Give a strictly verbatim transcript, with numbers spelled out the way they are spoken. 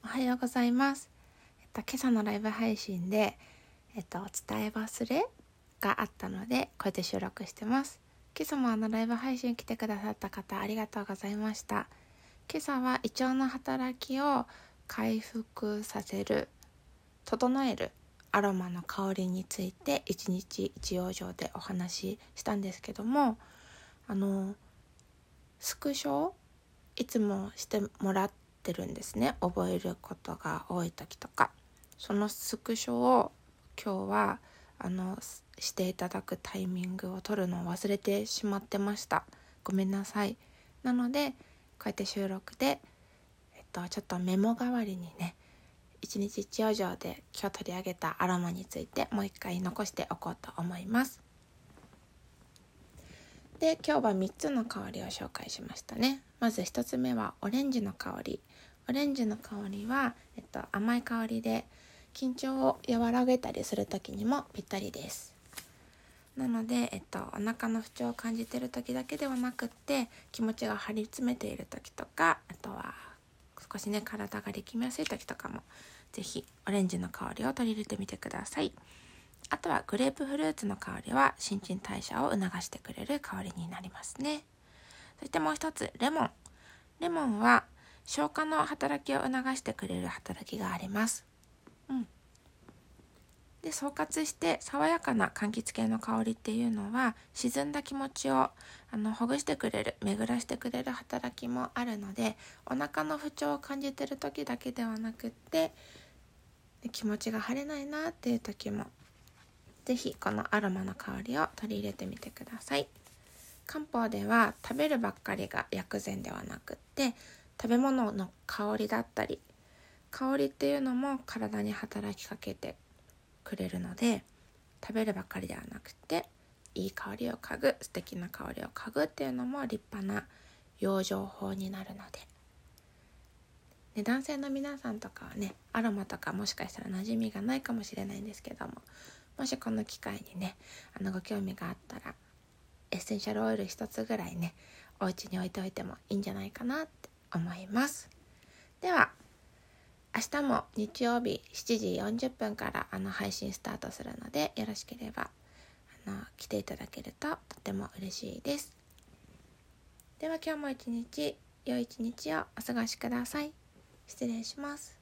はようございます。えっと、今朝のライブ配信で、えっと、伝え忘れがあったので、こうやって収録してます。今朝もあのライブ配信来てくださった方、ありがとうございました。今朝は胃腸の働きを回復させる、整えるアロマの香りについていちにちいち養生でお話ししたんですけども、あのスクショいつもしてもらってるんですね。覚えることが多い時とか、そのスクショを今日はあのしていただくタイミングを取るのを忘れてしまってました。ごめんなさい。なのでこうやって収録で、えっと、ちょっとメモ代わりにね、一日一養生で今日取り上げたアロマについてもう一回残しておこうと思います。で、今日はみっつの香りを紹介しましたね。まずひとつめはオレンジの香り。オレンジの香りは、えっと、甘い香りで緊張を和らげたりする時にもぴったりです。なので、えっと、お腹の不調を感じている時だけではなくって、気持ちが張り詰めている時とか、あとは少しね体が力みやすい時とかもぜひオレンジの香りを取り入れてみてください。あとはグレープフルーツの香りは新陳代謝を促してくれる香りになりますね。そしてもう一つ、レモン。レモンは消化の働きを促してくれる働きがあります。うん。で、総括して爽やかな柑橘系の香りっていうのは沈んだ気持ちをあのほぐしてくれる、巡らしてくれる働きもあるので、お腹の不調を感じてる時だけではなくって、気持ちが晴れないなっていう時もぜひこのアロマの香りを取り入れてみてください。漢方では食べるばっかりが薬膳ではなくって、食べ物の香りだったり、香りっていうのも体に働きかけてくれるので、食べるばっかりではなくて、いい香りを嗅ぐ、素敵な香りを嗅ぐっていうのも立派な養生法になるので、ね、男性の皆さんとかはね、アロマとかもしかしたら馴染みがないかもしれないんですけども、もしこの機会にね、あのご興味があったら、エッセンシャルオイル一つぐらいね、お家に置いておいてもいいんじゃないかなって思います。では、明日も日曜日しちじよんじゅっぷんからあの配信スタートするので、よろしければあの来ていただけるととても嬉しいです。では今日も一日良い一日をお過ごしください。失礼します。